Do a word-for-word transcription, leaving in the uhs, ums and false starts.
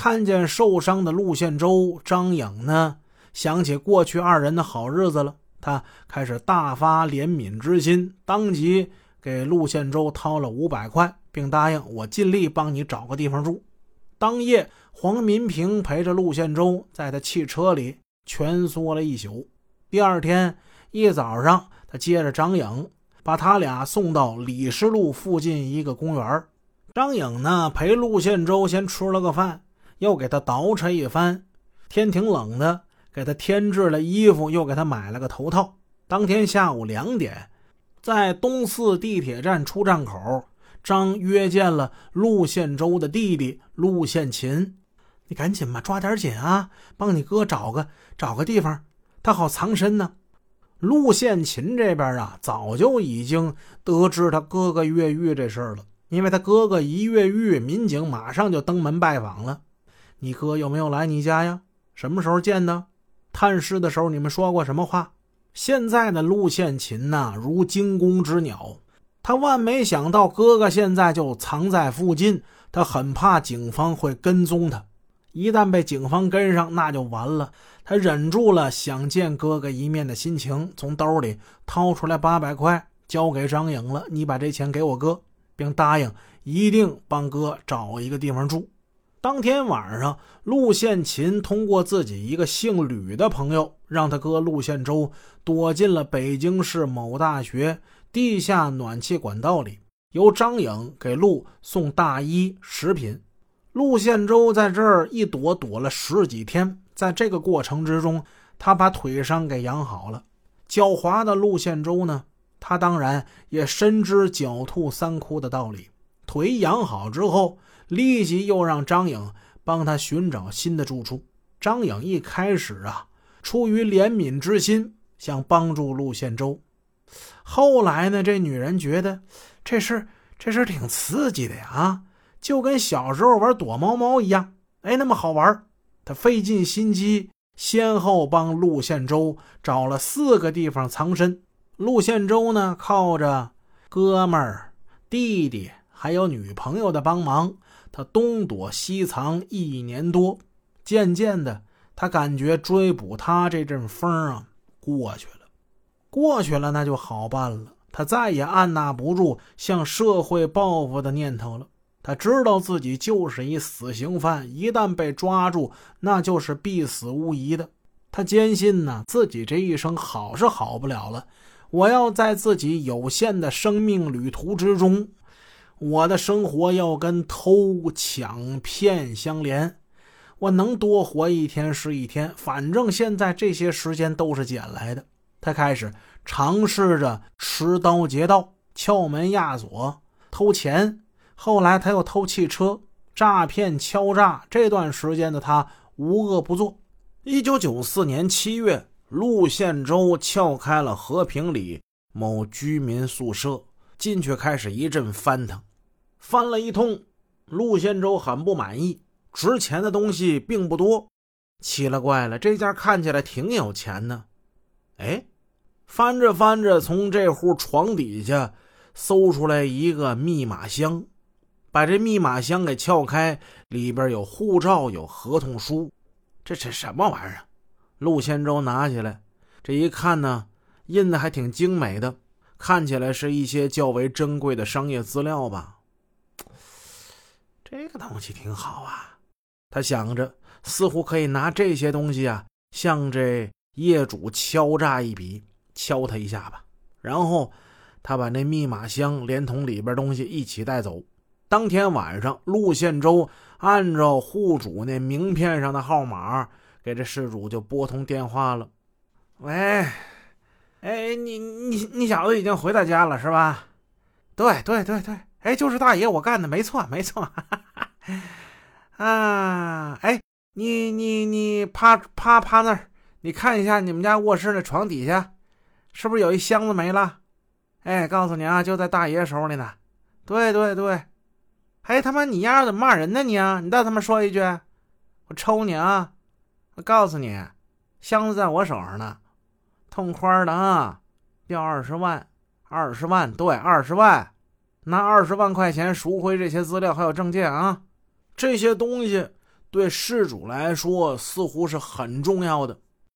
看见受伤的陆宪洲，张颖呢想起过去二人的好日子了，他开始大发怜悯之心，当即给陆宪洲掏了五百块，并答应我尽力帮你找个地方住。当夜，黄民平陪着陆宪洲在他汽车里蜷缩了一宿。第二天一早上，他接着张颖，把他俩送到李石路附近一个公园。张颖呢陪陆宪洲先吃了个饭，又给他捯饬一番。天挺冷的，给他添置了衣服，又给他买了个头套。当天下午两点，在东四地铁站出站口，张约见了陆宪洲的弟弟陆宪勤。你赶紧吧，抓点紧啊，帮你哥找个找个地方，他好藏身呢。陆宪勤这边啊，早就已经得知他哥哥越狱这事儿了，因为他哥哥一越狱，民警马上就登门拜访了。你哥有没有来你家呀？什么时候见的？探视的时候你们说过什么话？现在的陆宪勤呐、啊，如惊弓之鸟，他万没想到哥哥现在就藏在附近，他很怕警方会跟踪他，一旦被警方跟上那就完了。他忍住了想见哥哥一面的心情，从兜里掏出来八百块交给张颖了，你把这钱给我哥，并答应一定帮哥找一个地方住。当天晚上，陆宪勤通过自己一个姓吕的朋友，让他哥陆宪洲躲进了北京市某大学地下暖气管道里，由张颖给陆送大衣食品。陆宪洲在这儿一躲躲了十几天，在这个过程之中，他把腿伤给养好了。狡猾的陆宪洲呢，他当然也深知狡兔三窟的道理，腿养好之后，立即又让张颖帮他寻找新的住处。张颖一开始啊，出于怜悯之心，想帮助陆宪洲。后来呢，这女人觉得这事这事挺刺激的呀，就跟小时候玩躲猫猫一样，哎，那么好玩。他费尽心机，先后帮陆宪洲找了四个地方藏身。陆宪洲呢，靠着哥们儿、弟弟还有女朋友的帮忙，他东躲西藏一年多。渐渐的，他感觉追捕他这阵风啊过去了，过去了那就好办了。他再也按捺不住向社会报复的念头了。他知道自己就是一死刑犯，一旦被抓住，那就是必死无疑的。他坚信呢，自己这一生好是好不了了。我要在自己有限的生命旅途之中，我的生活要跟偷抢骗相连，我能多活一天是一天，反正现在这些时间都是捡来的。他开始尝试着持刀劫道、撬门压锁、偷钱，后来他又偷汽车、诈骗、敲诈，这段时间的他无恶不作。一九九四年七月，陆宪洲撬开了和平里某居民宿舍，进去开始一阵翻腾。翻了一通，陆宪洲很不满意，值钱的东西并不多。奇了怪了，这家看起来挺有钱呢。哎，翻着翻着，从这户床底下搜出来一个密码箱，把这密码箱给撬开，里边有护照，有合同书。这是什么玩意儿？陆宪洲拿起来，这一看呢，印的还挺精美的，看起来是一些较为珍贵的商业资料吧。这个东西挺好啊，他想着，似乎可以拿这些东西啊，向这业主敲诈一笔，敲他一下吧。然后他把那密码箱连同里边东西一起带走。当天晚上，陆宪洲按照户主那名片上的号码给这事主就拨通电话了。喂，哎，你你你小子已经回到家了是吧？对对对对，哎，就是大爷我干的，没错没错。啊，哎，你你你趴趴趴那儿，你看一下你们家卧室的床底下，是不是有一箱子没了？哎，告诉你啊，就在大爷手里呢。对对对。哎，他妈你丫怎么骂人呢你啊？你再他妈说一句，我抽你啊！我告诉你，箱子在我手上呢，痛快的啊！要二十万，二十万，对，二十万，拿二十万块钱赎回这些资料还有证件啊！这些东西对事主来说似乎是很重要的。